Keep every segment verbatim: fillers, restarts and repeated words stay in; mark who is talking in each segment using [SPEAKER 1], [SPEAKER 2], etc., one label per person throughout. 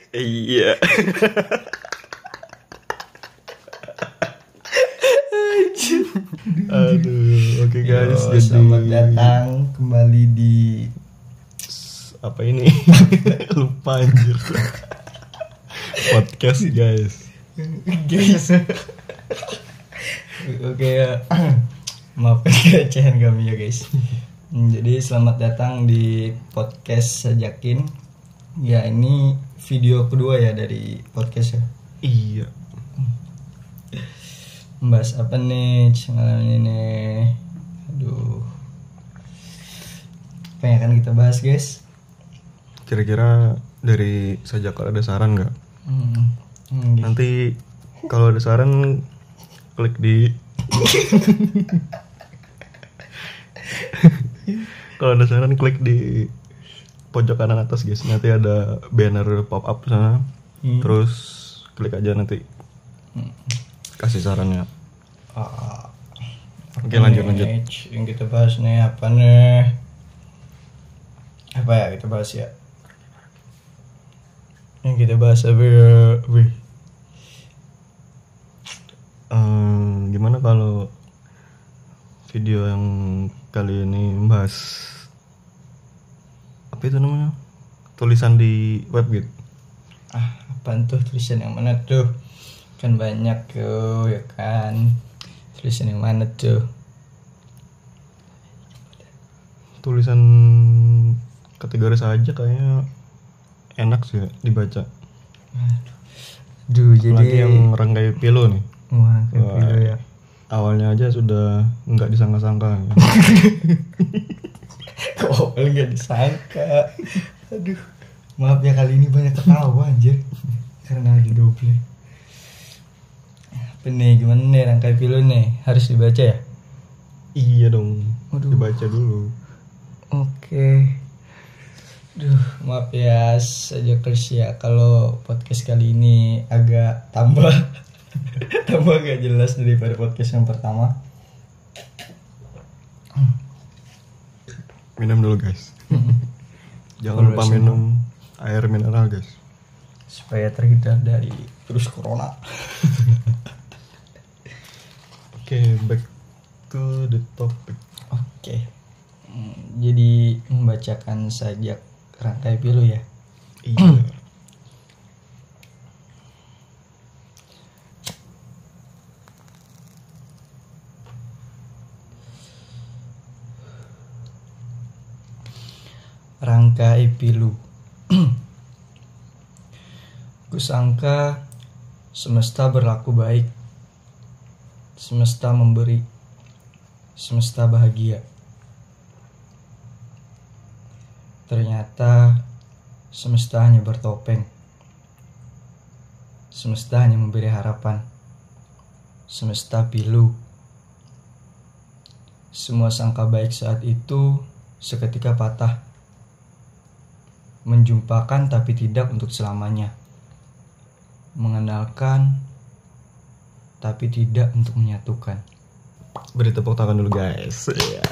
[SPEAKER 1] Iya. Aduh, oke guys,
[SPEAKER 2] Yo,
[SPEAKER 1] jadi
[SPEAKER 2] selamat datang kembali di
[SPEAKER 1] apa ini? Lupa anjir. Podcast guys.
[SPEAKER 2] guys. Oke ya. Maafkan kecehan kami ya guys. Jadi selamat datang di podcast Sajakin. Ya ini video kedua ya dari podcast ya.
[SPEAKER 1] Iya.
[SPEAKER 2] Membahas apa nih channel ini? Aduh. Apa yang akan kita bahas guys?
[SPEAKER 1] Kira-kira dari Sajak ada saran nggak?
[SPEAKER 2] Hmm. Hmm, gitu.
[SPEAKER 1] Nanti kalau ada saran klik di kalau ada saran klik di pojok kanan atas guys. Nanti ada banner pop up sana.
[SPEAKER 2] Hmm.
[SPEAKER 1] Terus klik aja nanti.
[SPEAKER 2] Hmm.
[SPEAKER 1] Kasih sarannya.
[SPEAKER 2] Ah,
[SPEAKER 1] Oke, lanjut lanjut.
[SPEAKER 2] Yang kita bahas nih apa nih? Apa ya kita bahas ya? Yang kita bahas apa ya? Wih.
[SPEAKER 1] Um, gimana kalau video yang kali ini membahas apa itu namanya? Tulisan di web gitu.
[SPEAKER 2] Ah, apaan tuh tulisan yang mana tuh? Kan banyak tuh ya kan. Tulisan yang mana tuh?
[SPEAKER 1] Tulisan kategori saja kayaknya enak sih ya dibaca.
[SPEAKER 2] Duh,
[SPEAKER 1] Apalagi
[SPEAKER 2] jadi
[SPEAKER 1] yang rangkai pilu nih.
[SPEAKER 2] wah, kayak
[SPEAKER 1] Wah,
[SPEAKER 2] video ya.
[SPEAKER 1] Awalnya aja sudah nggak disangka-sangka.
[SPEAKER 2] Kok awalnya nggak disangka. Aduh, maaf ya kali ini banyak ketawa anjir. Karena ada double. Apa nih, gimana nih rangkai pilu nih? Harus dibaca ya?
[SPEAKER 1] Iya dong.
[SPEAKER 2] Waduh.
[SPEAKER 1] Dibaca dulu.
[SPEAKER 2] Oke. Duh, maaf ya saja Chris ya kalau podcast kali ini agak tambah tambah agak jelas daripada podcast yang pertama.
[SPEAKER 1] Minum dulu guys. Jangan lupa minum air mineral guys.
[SPEAKER 2] Supaya terhindar dari virus corona.
[SPEAKER 1] Oke, okay, back to the topic.
[SPEAKER 2] Oke. Okay. Jadi membacakan sajak rangkai pilu ya.
[SPEAKER 1] Iya.
[SPEAKER 2] Rangkai pilu. Kusangka semesta berlaku baik. Semesta memberi. Semesta bahagia. Ternyata semesta hanya bertopeng. Semesta hanya memberi harapan. Semesta pilu. Semua sangka baik saat itu seketika patah. Menjumpakan tapi tidak untuk selamanya. Mengenalkan tapi tidak untuk menyatukan.
[SPEAKER 1] Beri tepuk tangan dulu guys. Iya.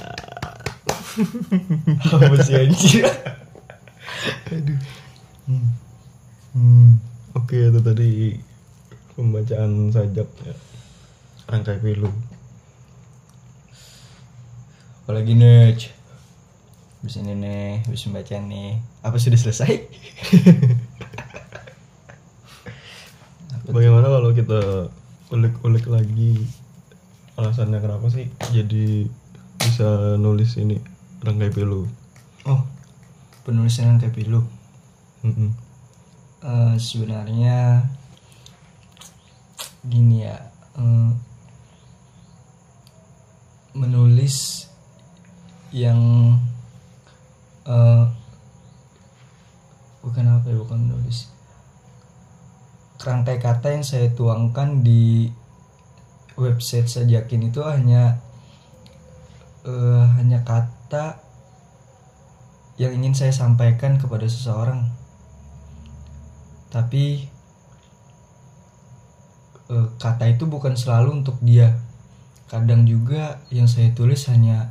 [SPEAKER 2] Apa sih anjir?
[SPEAKER 1] Aduh.
[SPEAKER 2] Hmm. Hmm.
[SPEAKER 1] Oke, itu tadi pembacaan sajak ya. Rangkai pilu.
[SPEAKER 2] Apalagi nih? Habis ini nih, habis membaca nih. Apa sudah selesai?
[SPEAKER 1] Bagaimana kalau kita ulik-ulik lagi alasannya kenapa sih jadi bisa nulis ini rangkai pilu?
[SPEAKER 2] Oh, penulisan rangkai pilu.
[SPEAKER 1] Mm-mm.
[SPEAKER 2] Uh, sebenarnya gini ya, uh, menulis yang uh, bukan apa ya, bukan menulis. Rangkai kata yang saya tuangkan di website Sajakin itu hanya uh, hanya kata yang ingin saya sampaikan kepada seseorang. Tapi uh, kata itu bukan selalu untuk dia. Kadang juga yang saya tulis hanya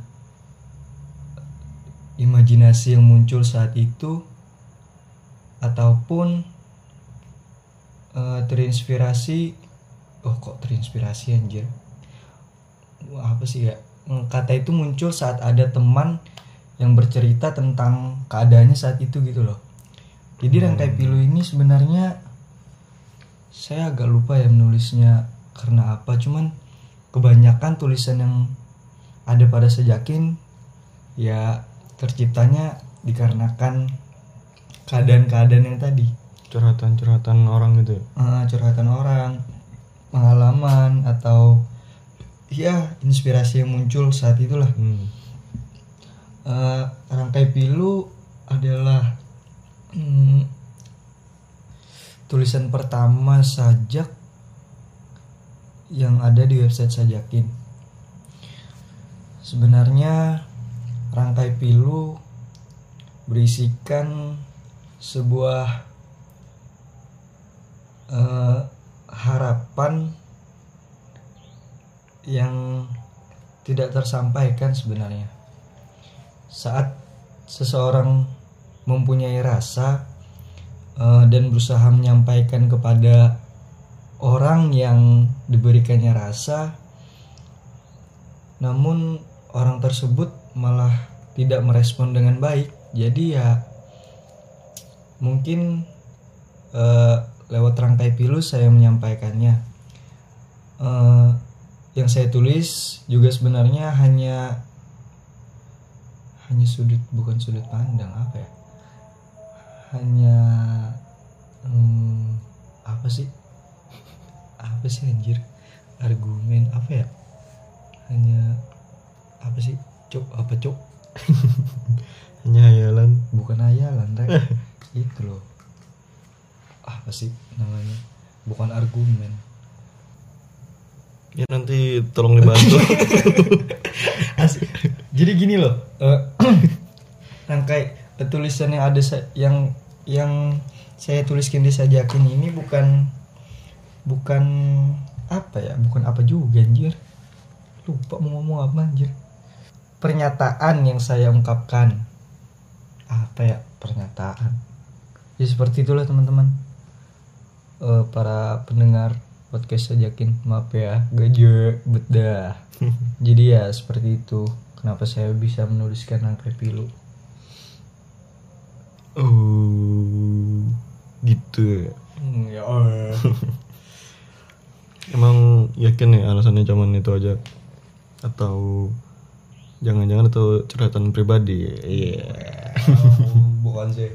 [SPEAKER 2] imajinasi yang muncul saat itu, ataupun uh, terinspirasi. Oh kok terinspirasi anjir. Wah, apa sih ya? Kata itu muncul saat ada teman yang bercerita tentang keadaannya saat itu gitu loh. Jadi Rangkai Pilu ini sebenarnya saya agak lupa ya menulisnya karena apa, cuman kebanyakan tulisan yang ada pada Sejakin ya terciptanya dikarenakan keadaan-keadaan yang tadi,
[SPEAKER 1] curhatan-curhatan orang gitu ya.
[SPEAKER 2] uh, curhatan orang, pengalaman atau ya inspirasi yang muncul saat itulah. hmm. uh, Rangkai Pilu adalah hmm, tulisan pertama sajak yang ada di website Sajakin. Sebenarnya Rangkai Pilu berisikan sebuah uh, harapan yang tidak tersampaikan sebenarnya. Saat seseorang mempunyai rasa uh, dan berusaha menyampaikan kepada orang yang diberikannya rasa, namun orang tersebut malah tidak merespon dengan baik. Jadi ya mungkin uh, lewat Rangkai Pilu saya menyampaikannya. Uh, yang saya tulis juga sebenarnya hanya hanya sudut bukan sudut pandang apa ya? Hanya hmm, apa sih? Apa sih anjir? Argumen apa ya? Hanya apa sih? Cuk, apa cuk?
[SPEAKER 1] Hanya hayalan.
[SPEAKER 2] Bukan hayalan, Rek. Itu loh. Apa sih namanya? Bukan argumen.
[SPEAKER 1] Ya nanti tolong dibantu.
[SPEAKER 2] Asik. Jadi gini loh. Uh, rangkai tulisan yang ada yang yang saya tuliskan di Sajakin ini bukan bukan apa ya? Bukan apa juga anjir. Lupa mau ngomong apa anjir. Pernyataan yang saya ungkapkan. Apa ya pernyataan? Ya seperti itulah teman-teman. Uh, para pendengar podcast Sajakin, maaf ya, gajah bedah. Jadi ya seperti itu. Kenapa saya bisa menuliskan Rangkai Pilu?
[SPEAKER 1] Oh, gitu ya.
[SPEAKER 2] Hmm, ya oh.
[SPEAKER 1] Emang yakin ya alasannya cuman itu aja? Atau jangan-jangan itu curhatan pribadi? Iya. Yeah.
[SPEAKER 2] Bukan sih.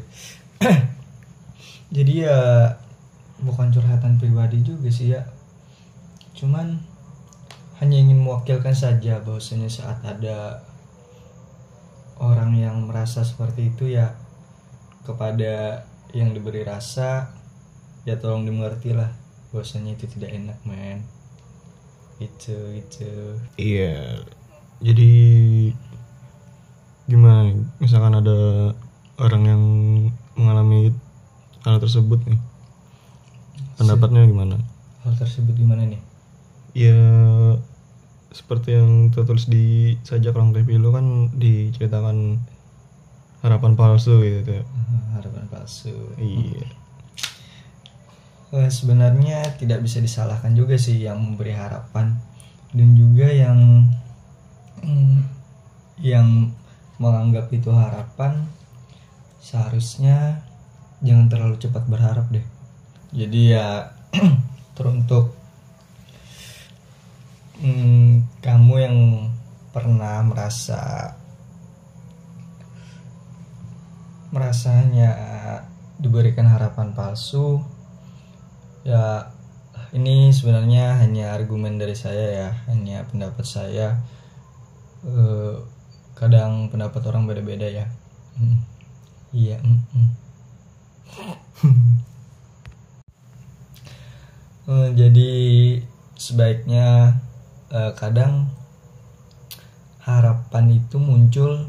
[SPEAKER 2] Jadi ya bukan curhatan pribadi juga sih ya. Cuman hanya ingin mewakilkan saja bahwasanya saat ada orang yang merasa seperti itu ya, kepada yang diberi rasa ya tolong dimengerti lah bahwasanya itu tidak enak men. Itu itu.
[SPEAKER 1] Iya. Jadi gimana nih? Misalkan ada orang yang mengalami hal tersebut nih, pendapatnya gimana?
[SPEAKER 2] Hal tersebut gimana nih?
[SPEAKER 1] Ya seperti yang tertulis di Sajak Rangkai Pilu kan diceritakan harapan palsu gitu ya.
[SPEAKER 2] Harapan palsu.
[SPEAKER 1] Iya.
[SPEAKER 2] Eh, sebenarnya tidak bisa disalahkan juga sih yang memberi harapan dan juga yang mm, yang menganggap itu harapan. Seharusnya jangan terlalu cepat berharap deh. Jadi ya teruntuk hmm, kamu yang pernah merasa merasanya diberikan harapan palsu, ya ini sebenarnya hanya argumen dari saya ya, hanya pendapat saya. Eh, kadang pendapat orang beda-beda ya. Hmm. Iya. Hmm. Uh, jadi sebaiknya uh, kadang harapan itu muncul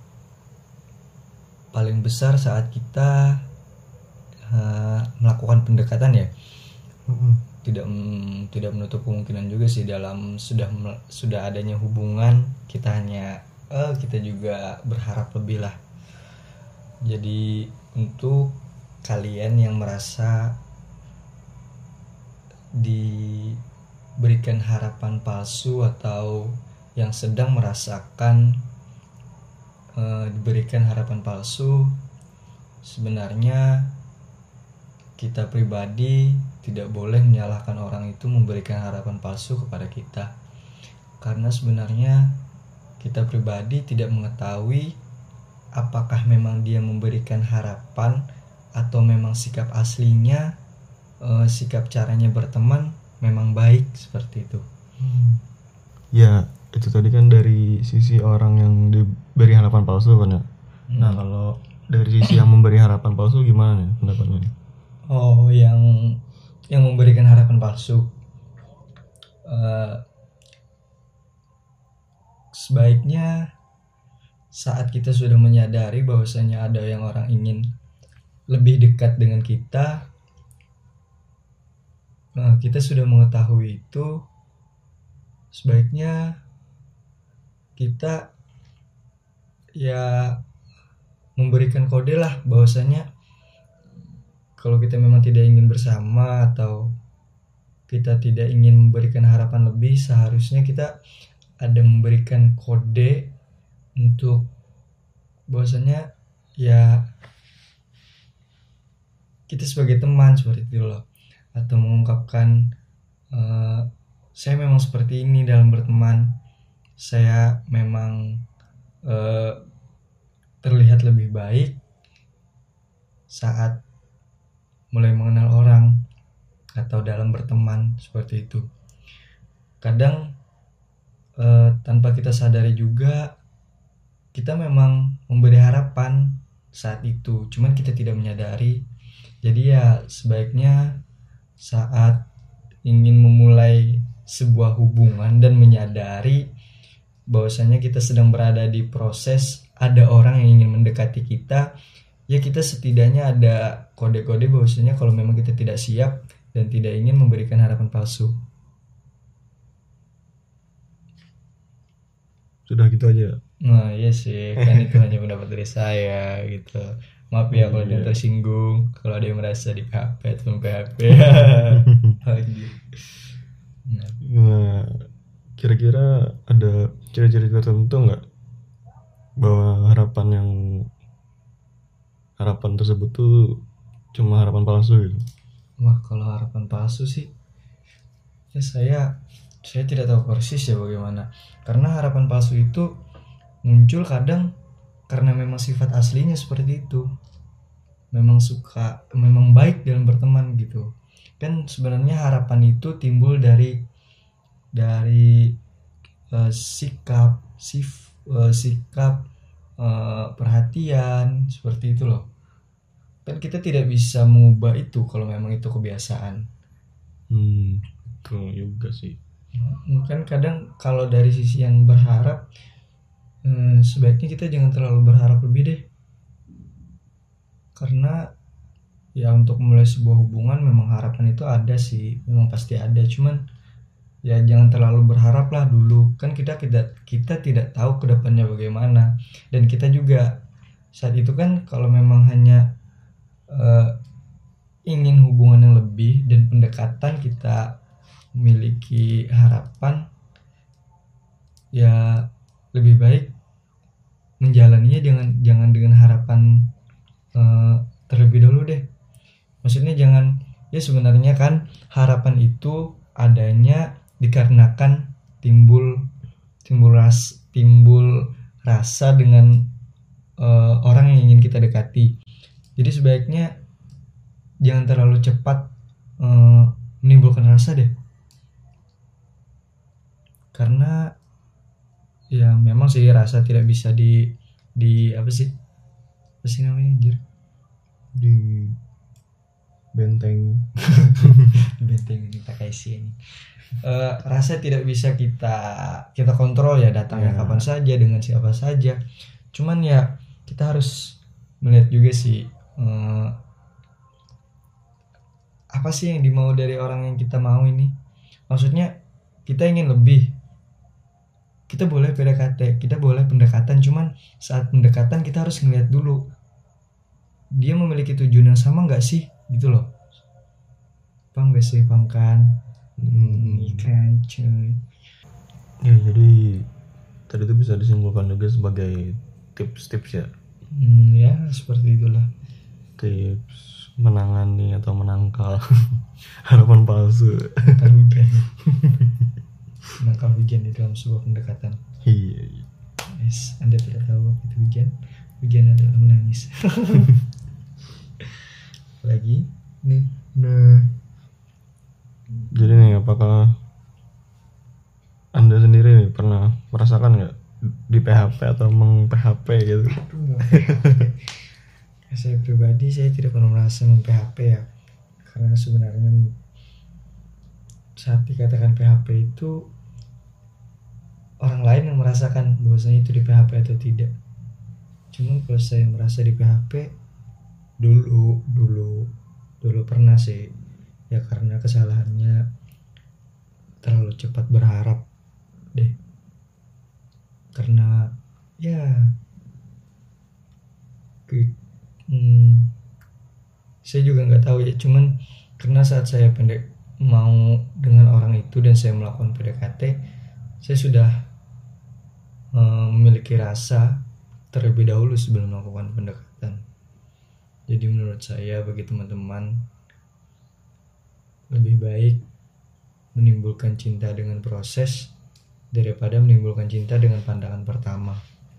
[SPEAKER 2] paling besar saat kita uh, melakukan pendekatan ya.
[SPEAKER 1] Mm-hmm.
[SPEAKER 2] Tidak mm, tidak menutup kemungkinan juga sih dalam sudah sudah adanya hubungan kita hanya uh, kita juga berharap lebih lah. Jadi untuk kalian yang merasa diberikan harapan palsu atau yang sedang merasakan uh, diberikan harapan palsu, sebenarnya kita pribadi tidak boleh menyalahkan orang itu memberikan harapan palsu kepada kita, karena sebenarnya kita pribadi tidak mengetahui apakah memang dia memberikan harapan atau memang sikap aslinya, uh, sikap caranya berteman memang baik seperti itu.
[SPEAKER 1] Hmm. Ya itu tadi kan dari sisi orang yang diberi harapan palsu kan ya. Hmm. Nah kalau dari sisi yang memberi harapan palsu gimana nih pendapatnya?
[SPEAKER 2] Oh, yang yang memberikan harapan palsu, uh, sebaiknya saat kita sudah menyadari bahwasanya ada yang orang ingin lebih dekat dengan kita, nah, kita sudah mengetahui itu, sebaiknya kita ya memberikan kode lah bahwasanya kalau kita memang tidak ingin bersama atau kita tidak ingin memberikan harapan lebih, seharusnya kita ada memberikan kode untuk bahwasanya ya kita sebagai teman seperti itu loh, atau mengungkapkan uh, saya memang seperti ini dalam berteman, saya memang uh, terlihat lebih baik saat mulai mengenal orang atau dalam berteman seperti itu. Kadang uh, tanpa kita sadari juga kita memang memberi harapan saat itu, cuman kita tidak menyadari. Jadi ya sebaiknya saat ingin memulai sebuah hubungan dan menyadari bahwasanya kita sedang berada di proses ada orang yang ingin mendekati kita, ya kita setidaknya ada kode-kode bahwasanya kalau memang kita tidak siap dan tidak ingin memberikan harapan palsu.
[SPEAKER 1] Sudah gitu aja.
[SPEAKER 2] Nah iya sih, kan itu hanya pendapat dari saya gitu. Maaf ya kalau ada yang tersinggung, kalau ada yang merasa di P H P atau P H P.
[SPEAKER 1] Nah, kira-kira ada ciri-ciri tertentu nggak bahwa harapan yang harapan tersebut tuh cuma harapan palsu gitu?
[SPEAKER 2] Wah, kalau harapan palsu sih, ya saya saya tidak tahu persis ya bagaimana. Karena harapan palsu itu muncul kadang karena memang sifat aslinya seperti itu, memang suka, memang baik dalam berteman gitu. Kan sebenarnya harapan itu timbul dari dari uh, sikap, sif, uh, sikap, uh, perhatian seperti itu loh. Kan kita tidak bisa mengubah itu kalau memang itu kebiasaan.
[SPEAKER 1] Hmm, itu juga sih.
[SPEAKER 2] Kan kadang kalau dari sisi yang berharap, Hmm, sebaiknya kita jangan terlalu berharap lebih deh, karena ya untuk memulai sebuah hubungan memang harapan itu ada sih, memang pasti ada, cuman ya jangan terlalu berharap lah dulu, kan kita kita kita tidak tahu kedepannya bagaimana, dan kita juga saat itu kan kalau memang hanya uh, ingin hubungan yang lebih dan pendekatan kita memiliki harapan, ya lebih baik menjalaninya dengan jangan dengan harapan uh, terlebih dahulu deh. Maksudnya jangan, ya sebenarnya kan harapan itu adanya dikarenakan timbul timbul ras timbul rasa dengan uh, orang yang ingin kita dekati. Jadi sebaiknya jangan terlalu cepat uh, menimbulkan rasa deh. Karena ya memang sih rasa tidak bisa di di apa sih apa sih namanya anjir
[SPEAKER 1] di benteng
[SPEAKER 2] di benteng kita kayak sih ini uh, rasa tidak bisa kita kita kontrol ya, datangnya ya kapan saja dengan siapa saja. Cuman ya kita harus melihat juga sih uh, apa sih yang dimau dari orang yang kita mau ini. Maksudnya kita ingin lebih, kita boleh P D K T, kita boleh pendekatan, cuman saat pendekatan kita harus ngeliat dulu dia memiliki tujuan yang sama nggak sih, gitu loh. Paham gak sih? Paham kan?
[SPEAKER 1] Hmm.
[SPEAKER 2] Ikan cuy.
[SPEAKER 1] Ya jadi tadi itu bisa disimpulkan juga sebagai tips-tips ya.
[SPEAKER 2] Hmm, ya seperti itulah.
[SPEAKER 1] Tips menangani atau menangkal harapan palsu.
[SPEAKER 2] Menangkal hujan. Menangkal hujan di dalam sebuah pendekatan.
[SPEAKER 1] Iya. iya.
[SPEAKER 2] Yes, Anda tidak tahu apa itu hujan. Hujan adalah menangis. Lagi nih.
[SPEAKER 1] Nah, jadi nih apakah Anda sendiri nih pernah merasakan nggak di P H P atau meng-P H P gitu?
[SPEAKER 2] Saya pribadi saya tidak pernah merasa meng-P H P ya, karena sebenarnya saat dikatakan P H P itu orang lain yang merasakan bahwasanya itu di P H P atau tidak. Cuma kalau saya merasa di P H P dulu dulu dulu pernah sih ya, karena kesalahannya terlalu cepat berharap deh, karena ya ke, hmm, saya juga nggak tahu ya, cuman karena saat saya pendek mau dengan orang itu dan saya melakukan P D K T, saya sudah um, memiliki rasa terlebih dahulu sebelum melakukan pendekatan. Jadi menurut saya bagi teman-teman lebih baik menimbulkan cinta dengan proses daripada menimbulkan cinta dengan pandangan pertama.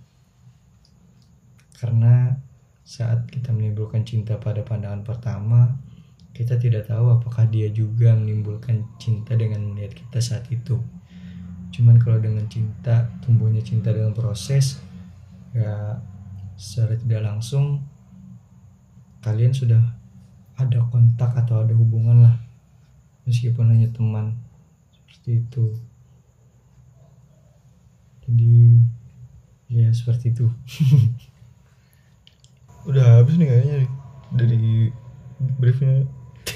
[SPEAKER 2] Karena saat kita menimbulkan cinta pada pandangan pertama, kita tidak tahu apakah dia juga menimbulkan cinta dengan melihat kita saat itu. Cuman kalau dengan cinta, tumbuhnya cinta dengan proses, ya secara tidak langsung kalian sudah ada kontak atau ada hubungan lah, meskipun hanya teman, seperti itu. Jadi ya seperti itu.
[SPEAKER 1] Udah habis nih kayaknya nih dari briefnya.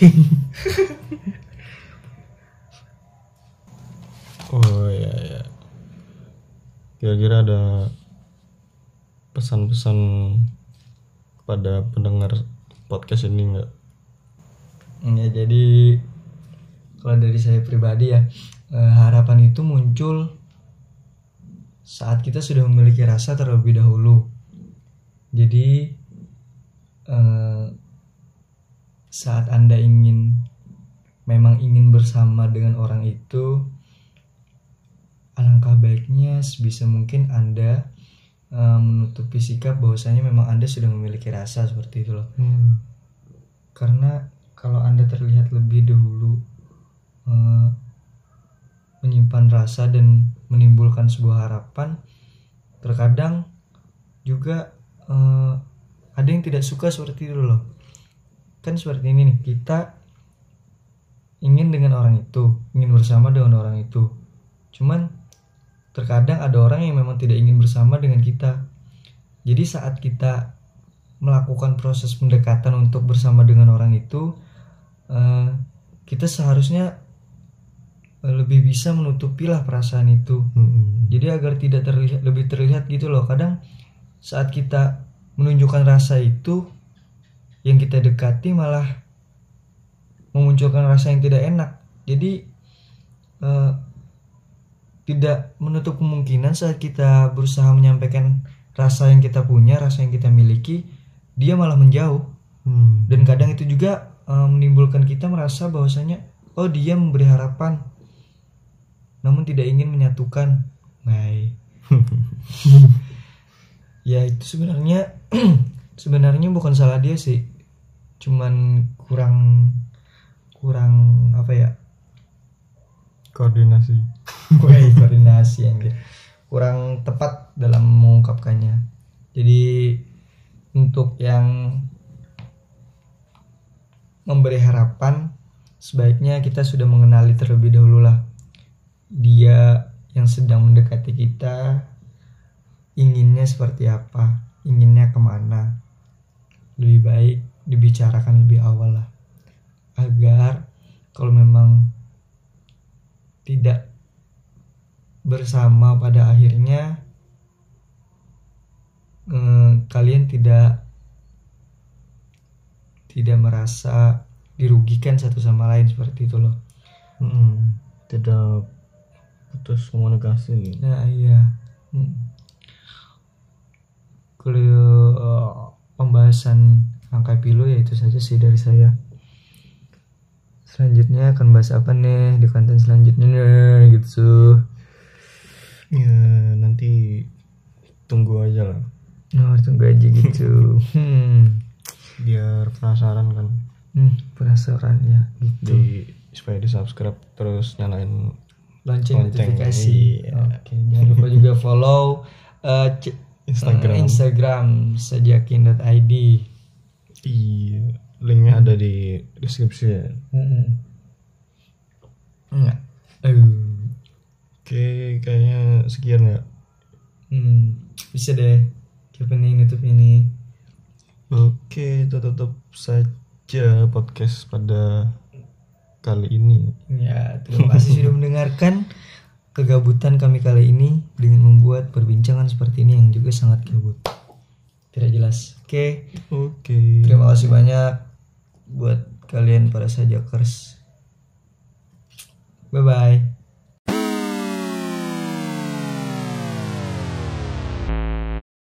[SPEAKER 1] Oh ya ya. Kira-kira ada pesan-pesan kepada pendengar podcast ini nggak?
[SPEAKER 2] Ya jadi kalau dari saya pribadi ya, eh, harapan itu muncul saat kita sudah memiliki rasa terlebih dahulu. Jadi eh, saat Anda ingin memang ingin bersama dengan orang itu, alangkah baiknya sebisa mungkin Anda uh, menutupi sikap bahwasanya memang Anda sudah memiliki rasa seperti itu loh.
[SPEAKER 1] Hmm.
[SPEAKER 2] Karena kalau Anda terlihat lebih dahulu uh, menyimpan rasa dan menimbulkan sebuah harapan, terkadang juga uh, ada yang tidak suka seperti itu loh. Kan seperti ini nih, kita ingin dengan orang itu, ingin bersama dengan orang itu, cuman terkadang ada orang yang memang tidak ingin bersama dengan kita. Jadi saat kita melakukan proses pendekatan untuk bersama dengan orang itu, uh, kita seharusnya lebih bisa menutupilah perasaan itu.
[SPEAKER 1] Hmm.
[SPEAKER 2] Jadi agar tidak terlihat, lebih terlihat gitu loh. Kadang saat kita menunjukkan rasa itu, yang kita dekati malah memunculkan rasa yang tidak enak. Jadi uh, tidak menutup kemungkinan saat kita berusaha menyampaikan rasa yang kita punya, rasa yang kita miliki, dia malah menjauh.
[SPEAKER 1] Hmm.
[SPEAKER 2] Dan kadang itu juga um, menimbulkan kita merasa bahwasanya oh dia memberi harapan namun tidak ingin menyatukan. Nah, ya itu sebenarnya sebenarnya bukan salah dia sih, cuman kurang kurang apa ya,
[SPEAKER 1] koordinasi.
[SPEAKER 2] Woi, koordinasi yang kurang tepat dalam mengungkapkannya. Jadi untuk yang memberi harapan, sebaiknya kita sudah mengenali terlebih dahulu lah dia yang sedang mendekati kita inginnya seperti apa, inginnya kemana. Lebih baik dibicarakan lebih awal lah, agar kalau memang tidak bersama pada akhirnya eh, kalian tidak tidak merasa dirugikan satu sama lain seperti itu loh.
[SPEAKER 1] Mm-mm. Tidak putus komunikasi.
[SPEAKER 2] Nah iya. Hmm. Kalau uh, pembahasan angka pilu ya itu saja sih dari saya. Selanjutnya akan bahas apa nih di konten selanjutnya nih gitu.
[SPEAKER 1] Ya nanti tunggu aja lah.
[SPEAKER 2] Oh tunggu aja gitu. hmm.
[SPEAKER 1] Biar penasaran kan.
[SPEAKER 2] Hmm, penasaran ya gitu.
[SPEAKER 1] Di supaya di subscribe terus nyalain
[SPEAKER 2] Lonceng
[SPEAKER 1] lonceng.
[SPEAKER 2] notifikasi.
[SPEAKER 1] Iya.
[SPEAKER 2] Oke, jangan lupa juga follow uh, c-
[SPEAKER 1] Instagram.
[SPEAKER 2] uh, Instagram sajakin dot i d.
[SPEAKER 1] Iya, linknya ada di deskripsi ya.
[SPEAKER 2] Heeh. Enggak. Uh.
[SPEAKER 1] Oke, kayaknya sekian ya.
[SPEAKER 2] Hmm, bisa deh. Opening nutup ini.
[SPEAKER 1] Oke, itu tutup saja podcast pada kali ini.
[SPEAKER 2] Ya, terima kasih sudah mendengarkan kegabutan kami kali ini dengan membuat perbincangan seperti ini yang juga sangat gabut. Tidak jelas. Oke.
[SPEAKER 1] Oke.
[SPEAKER 2] Terima kasih banyak buat kalian para sajakers. Bye bye.